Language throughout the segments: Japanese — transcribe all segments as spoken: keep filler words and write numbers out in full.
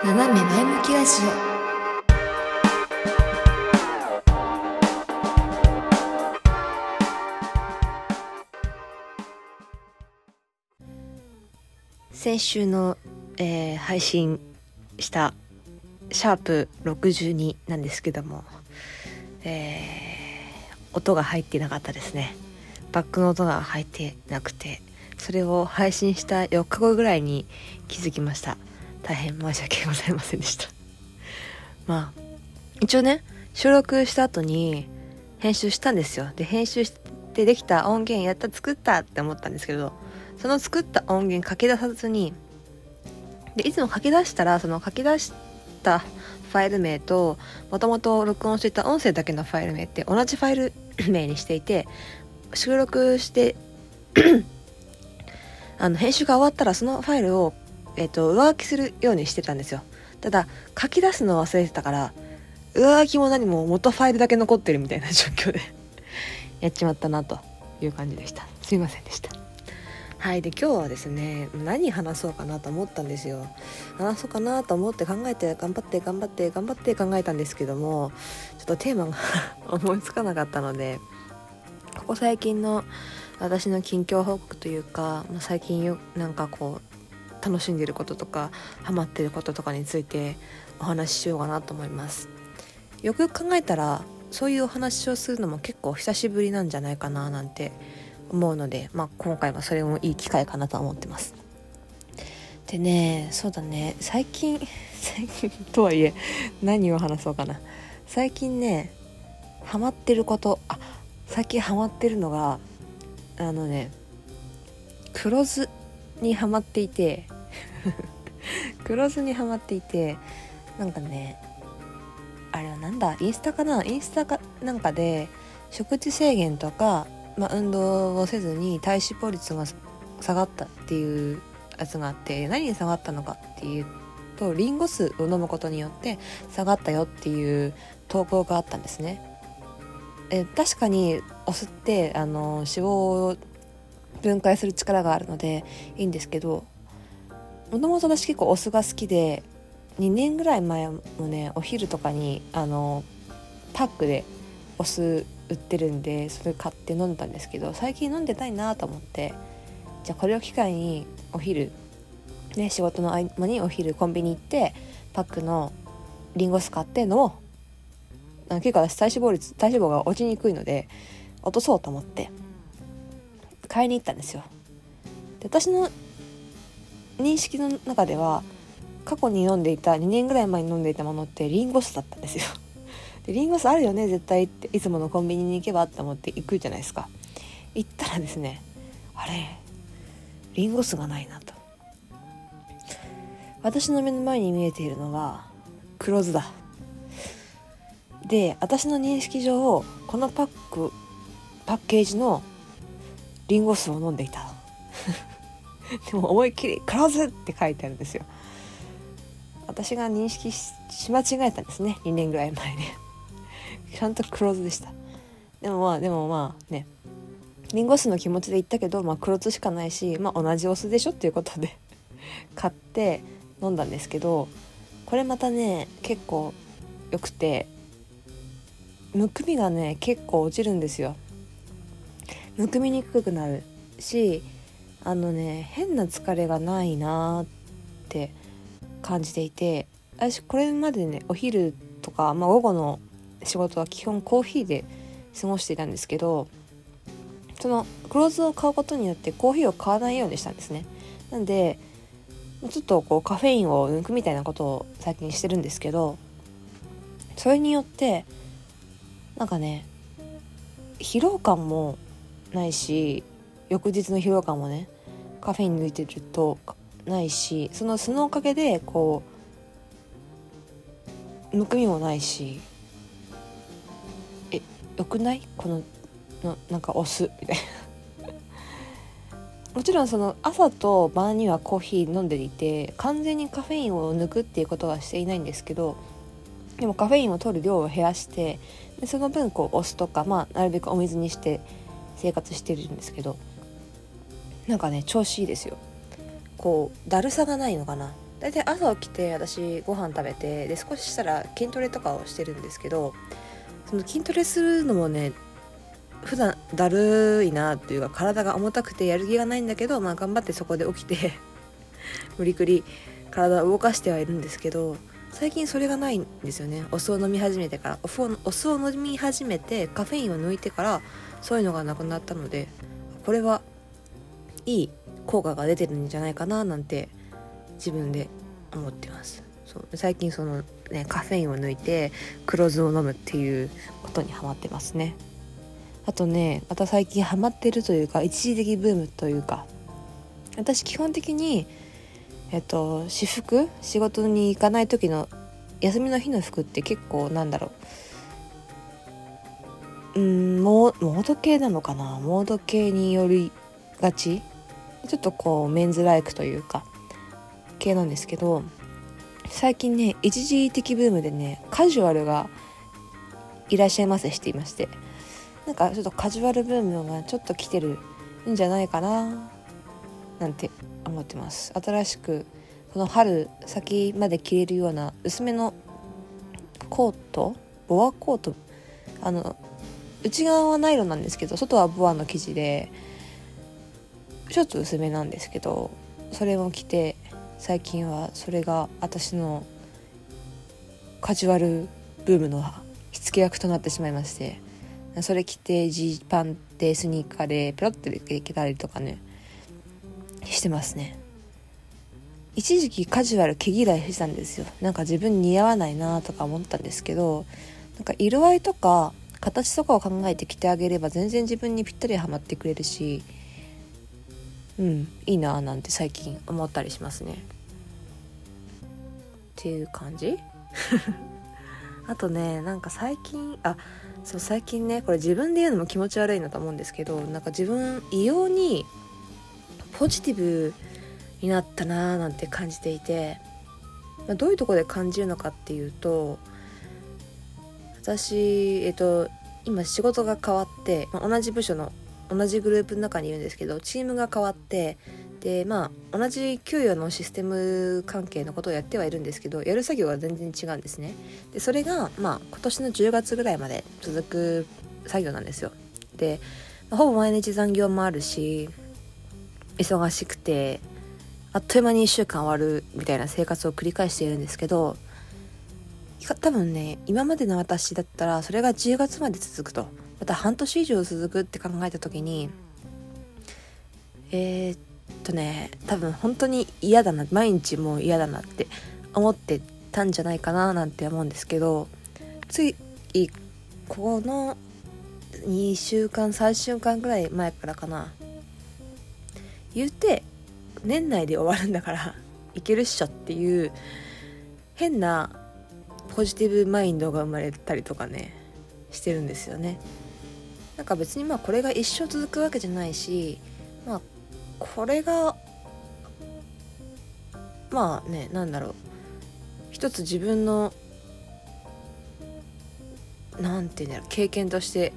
斜め前向きラジオ。先週の、えー、配信したシャープろくじゅうになんですけども、えー、音が入ってなかったですね。バックの音が入ってなくて、それを配信したよっかごぐらいに気づきました。大変申し訳ございませんでした。まあ一応ね、収録した後に編集したんですよ。で編集してできた音源やった作ったって思ったんですけど、その作った音源書き出さずに、でいつも書き出したらその書き出したファイル名ともともと録音していた音声だけのファイル名って同じファイル名にしていて、収録してあの編集が終わったらそのファイルを、えーと、上書きするようにしてたんですよ。ただ書き出すのを忘れてたから、上書きも何も元ファイルだけ残ってるみたいな状況でやっちまったなという感じでした。すいませんでした。はい。で今日はですね、何話そうかなと思ったんですよ。話そうかなと思って考えて頑張って頑張って頑張って考えたんですけども、ちょっとテーマが思いつかなかったので、ここ最近の私の近況報告というか、まあ、最近よなんかこう楽しんでいることとかハマっていることとかについてお話ししようかなと思います。よくよく考えたらそういうお話をするのも結構久しぶりなんじゃないかななんて思うので、まあ、今回はそれもいい機会かなと思ってます。でね、そうだね、最近最近とはいえ何を話そうかな。最近ねハマってること、あ最近ハマってるのがあのね黒酢にハマっていて黒酢にハマっていてなんかね、あれはなんだインスタかなインスタかなんかで食事制限とか、まあ、運動をせずに体脂肪率が下がったっていうやつがあって、何に下がったのかっていうと、リンゴ酢を飲むことによって下がったよっていう投稿があったんですね。え確かにお酢ってあの脂肪を分解する力があるのでいいんですけど、もともと私結構お酢が好きで、にねんぐらい前もねお昼とかにあのパックでお酢売ってるんで、それ買って飲んだんですけど、最近飲んでないなと思って、じゃあこれを機会にお昼ね、仕事の合間にお昼コンビニ行ってパックのリンゴ酢買って飲もう。結構私体脂肪率体脂肪が落ちにくいので落とそうと思って買いに行ったんですよ。で私の認識の中では過去に飲んでいたにねんぐらい前に飲んでいたものってリンゴ酢だったんですよ。でリンゴ酢あるよね絶対って、いつものコンビニに行けばって思って行くじゃないですか。行ったらですね、あれリンゴ酢がないなと。私の目の前に見えているのは黒酢だ。で私の認識上このパックパッケージのリンゴ酢を飲んでいた。でも思いっきり黒酢って書いてあるんですよ。私が認識 し, し間違えたんですね、にねんぐらい前ね。ちゃんと黒酢でした。でもまあでもまあね、リンゴ酢の気持ちで言ったけど、まあ黒酢しかないし、まあ同じお酢でしょっていうことで買って飲んだんですけど、これまたね結構良くて、むくみがね結構落ちるんですよ。むくみにくくなるし、あのね変な疲れがないなって感じていて、私これまでねお昼とか、まあ、午後の仕事は基本コーヒーで過ごしていたんですけど、その黒酢を買うことによってコーヒーを買わないようにしたんですね。なんでちょっとこうカフェインを抜くみたいなことを最近してるんですけど、それによってなんかね疲労感もないし、翌日の疲労感もねカフェイン抜いてるとないし、そのそのおかげでこうむくみもないし、えよくないこののなんかお酢みたいな。もちろんその朝と晩にはコーヒー飲んでいて完全にカフェインを抜くっていうことはしていないんですけど、でもカフェインを取る量を減らして、でその分こうお酢とか、まあなるべくお水にして生活してるんですけど、なんかね調子いいですよ。こうだるさがないのかな。 だいたい朝起きて私ご飯食べて、で少ししたら筋トレとかをしてるんですけど、その筋トレするのもね普段だるいなっていうか、体が重たくてやる気がないんだけど、まあ頑張ってそこで起きて無理くり体を動かしてはいるんですけど、最近それがないんですよね。お酢を飲み始めてから、お酢をお酢を飲み始めてカフェインを抜いてからそういうのがなくなったので、これはいい効果が出てるんじゃないかななんて自分で思ってます。そう最近そのねカフェインを抜いて黒酢を飲むっていうことにハマってますね。あとね、また最近ハマってるというか、一時的ブームというか、私基本的にえっと私服、仕事に行かない時の休みの日の服って結構なんだろう、うーんモーモード系なのかな、モード系によりがち、ちょっとこうメンズライクというか系なんですけど、最近ね一時的ブームでねカジュアルがいらっしゃいませしていまして、なんかちょっとカジュアルブームがちょっと来てるんじゃないかななんて思ってます。新しくこの春先まで着れるような薄めのコート、ボアコート、あの内側はナイロンなんですけど外はボアの生地でちょっと薄めなんですけど、それを着て最近はそれが私のカジュアルブームの火付け役となってしまいまして、それ着てジーパンでスニーカーでペロッといけたりとかねしてますね。一時期カジュアル毛嫌いしてたんですよ。なんか自分似合わないなとか思ったんですけど、なんか色合いとか形とかを考えて着てあげれば全然自分にぴったりはまってくれるし、うんいいななんて最近思ったりしますねっていう感じあとね、なんか最近あそう最近ね、これ自分で言うのも気持ち悪いなと思うんですけど、なんか自分異様にポジティブになったなーなんて感じていて、まあ、どういうところで感じるのかっていうと、私えっと今仕事が変わって、まあ、同じ部署の同じグループの中にいるんですけど、チームが変わって、でまあ同じ給与のシステム関係のことをやってはいるんですけど、やる作業が全然違うんですね。でそれがまあ今年のじゅうがつぐらいまで続く作業なんですよ。で、まあ、ほぼ毎日残業もあるし忙しくてあっという間にいっしゅうかん終わるみたいな生活を繰り返しているんですけど、多分ね今までの私だったらそれがじゅうがつまで続くと、また半年以上続くって考えた時にえー、っとね多分本当に嫌だな、毎日もう嫌だなって思ってたんじゃないかななんて思うんですけど、ついこのにしゅうかんさんしゅうかんぐらい前からかな、言うて年内で終わるんだからいけるっしょっていう変なポジティブマインドが生まれたりとかねしてるんですよね。なんか別にまあこれが一生続くわけじゃないし、まあこれがまあねなんだろう、一つ自分のなんていうんだろう経験として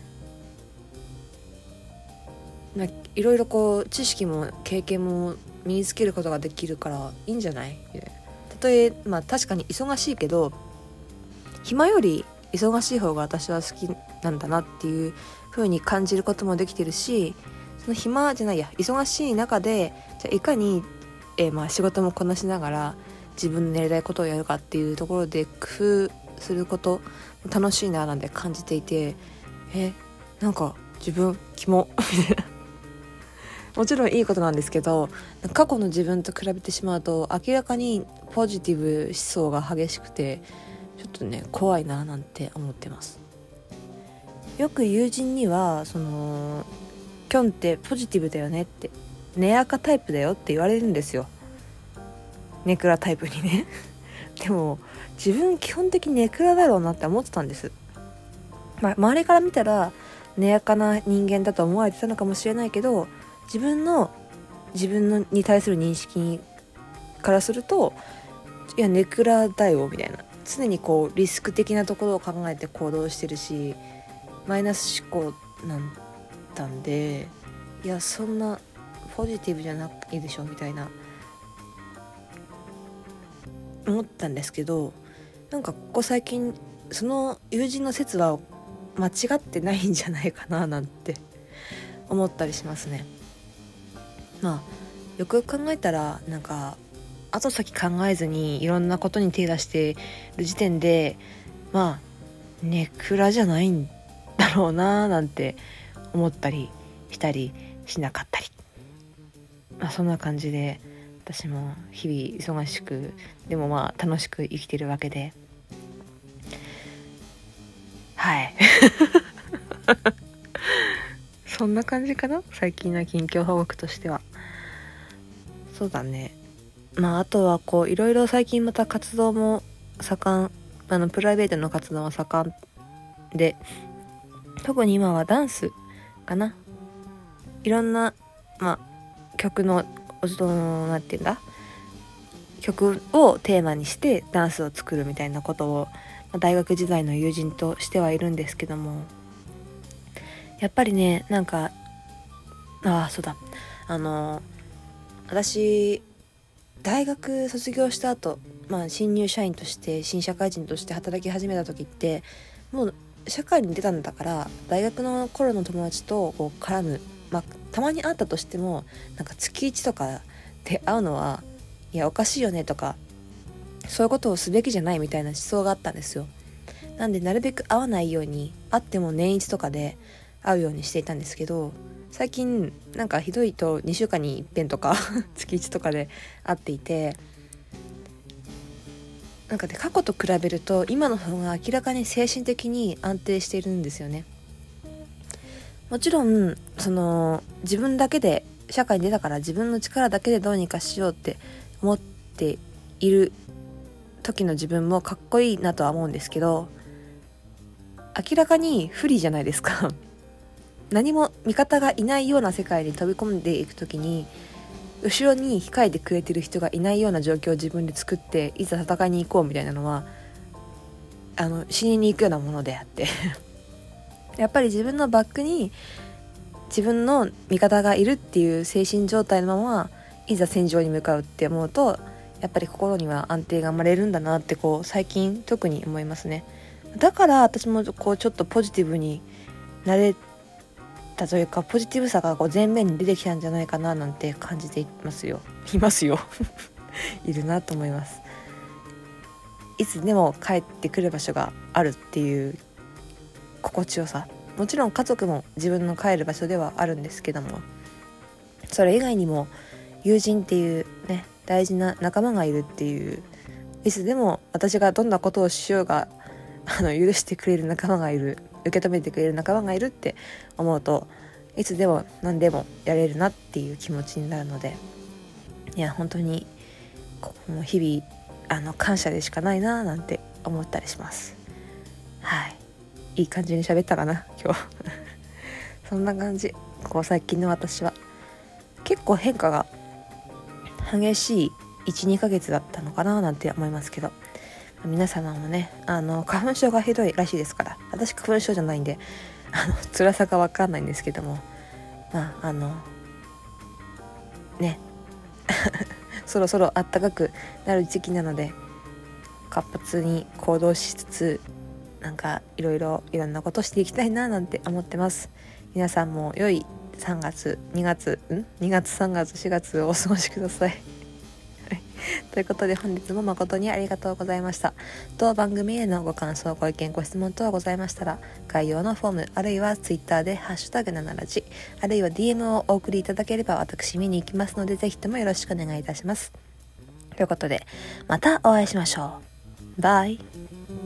いろいろこう知識も経験も身につけることができるからいいんじゃない。たとえまあ確かに忙しいけど暇より忙しい方が私は好きなんだなっていう風に感じることもできてるし、その暇じゃないや忙しい中でじゃあいかに、えー、まあ仕事もこなしながら自分のやりたいことをやるかっていうところで工夫すること楽しいななんて感じていて、えなんか自分キモみたいなもちろんいいことなんですけど、過去の自分と比べてしまうと明らかにポジティブ思想が激しくてちょっとね怖いななんて思ってます。よく友人にはそのキョンってポジティブだよねって、ネアカタイプだよって言われるんですよ、ネクラタイプにねでも自分基本的にネクラだろうなって思ってたんです。まあ周りから見たらネアカな人間だと思われてたのかもしれないけど、自分の自分のに対する認識からするといやネクラだよみたいな、常にこうリスク的なところを考えて行動してるしマイナス思考なんだんで、いやそんなポジティブじゃないでしょみたいな思ったんですけど、なんかここ最近その友人の説は間違ってないんじゃないかななんて思ったりしますね。まあよくよく考えたら、なんか後先考えずにいろんなことに手出してる時点で、まあネクラじゃないんだろうななんて思ったりしたりしなかったり、まあ、そんな感じで私も日々忙しく、でもまあ楽しく生きてるわけで、はいそんな感じかな、最近の近況報告としては。そうだね。まああとはこういろいろ最近また活動も盛ん、あのプライベートの活動も盛んで、特に今はダンスかな。いろんな、まあ、曲のなんていうんだ曲をテーマにしてダンスを作るみたいなことを、まあ、大学時代の友人としてはいるんですけども、やっぱりね、なんかああそうだあの私大学卒業した後、まあ、新入社員として新社会人として働き始めた時って、もう社会に出たんだから大学の頃の友達とこう絡む、まあ、たまに会ったとしてもなんか月いちとかで会うのはいやおかしいよねとか、そういうことをすべきじゃないみたいな思想があったんですよ。なんでなるべく会わないように、会っても年一とかで会うようにしていたんですけど、最近なんかひどいとにしゅうかんにいっぺんとか月いちとかで会っていて、なんかね過去と比べると今の方が明らかに精神的に安定しているんですよね。もちろんその自分だけで社会に出たから自分の力だけでどうにかしようって思っている時の自分もかっこいいなとは思うんですけど、明らかに不利じゃないですか何も味方がいないような世界に飛び込んでいく時に、後ろに控えてくれてる人がいないような状況を自分で作っていざ戦いに行こうみたいなのはあの死にに行くようなものであってやっぱり自分のバックに自分の味方がいるっていう精神状態のままいざ戦場に向かうって思うと、やっぱり心には安定が生まれるんだなってこう最近特に思いますね。だから私もこうちょっとポジティブになれたというか、ポジティブさがこう前面に出てきたんじゃないかななんて感じていますよいますよいるなと思います。いつでも帰ってくる場所があるっていう心地よさ、もちろん家族も自分の帰る場所ではあるんですけども、それ以外にも友人っていうね大事な仲間がいるっていう、いつでも私がどんなことをしようがあの許してくれる仲間がいる、受け止めてくれる仲間がいるって思うと、いつでも何でもやれるなっていう気持ちになるので、いや本当にこう日々あの感謝でしかないななんて思ったりします。はい、いい感じに喋ったかな今日そんな感じ。こう最近の私は結構変化が激しい いち,に ヶ月だったのかななんて思いますけど、皆様もねあの花粉症がひどいらしいですから、私花粉症じゃないんであの辛さが分かんないんですけども、まああのねそろそろ暖かくなる時期なので活発に行動しつつ、なんかいろいろいろんなことしていきたいななんて思ってます。皆さんも良いさんがつにがつんにがつさんがつしがつをお過ごしくださいということで本日も誠にありがとうございました。当番組へのご感想ご意見ご質問等ございましたら、概要のフォームあるいはツイッターでハッシュタグななラジあるいは ディーエム をお送りいただければ私見に行きますので、ぜひともよろしくお願いいたします。ということでまたお会いしましょう。バイ。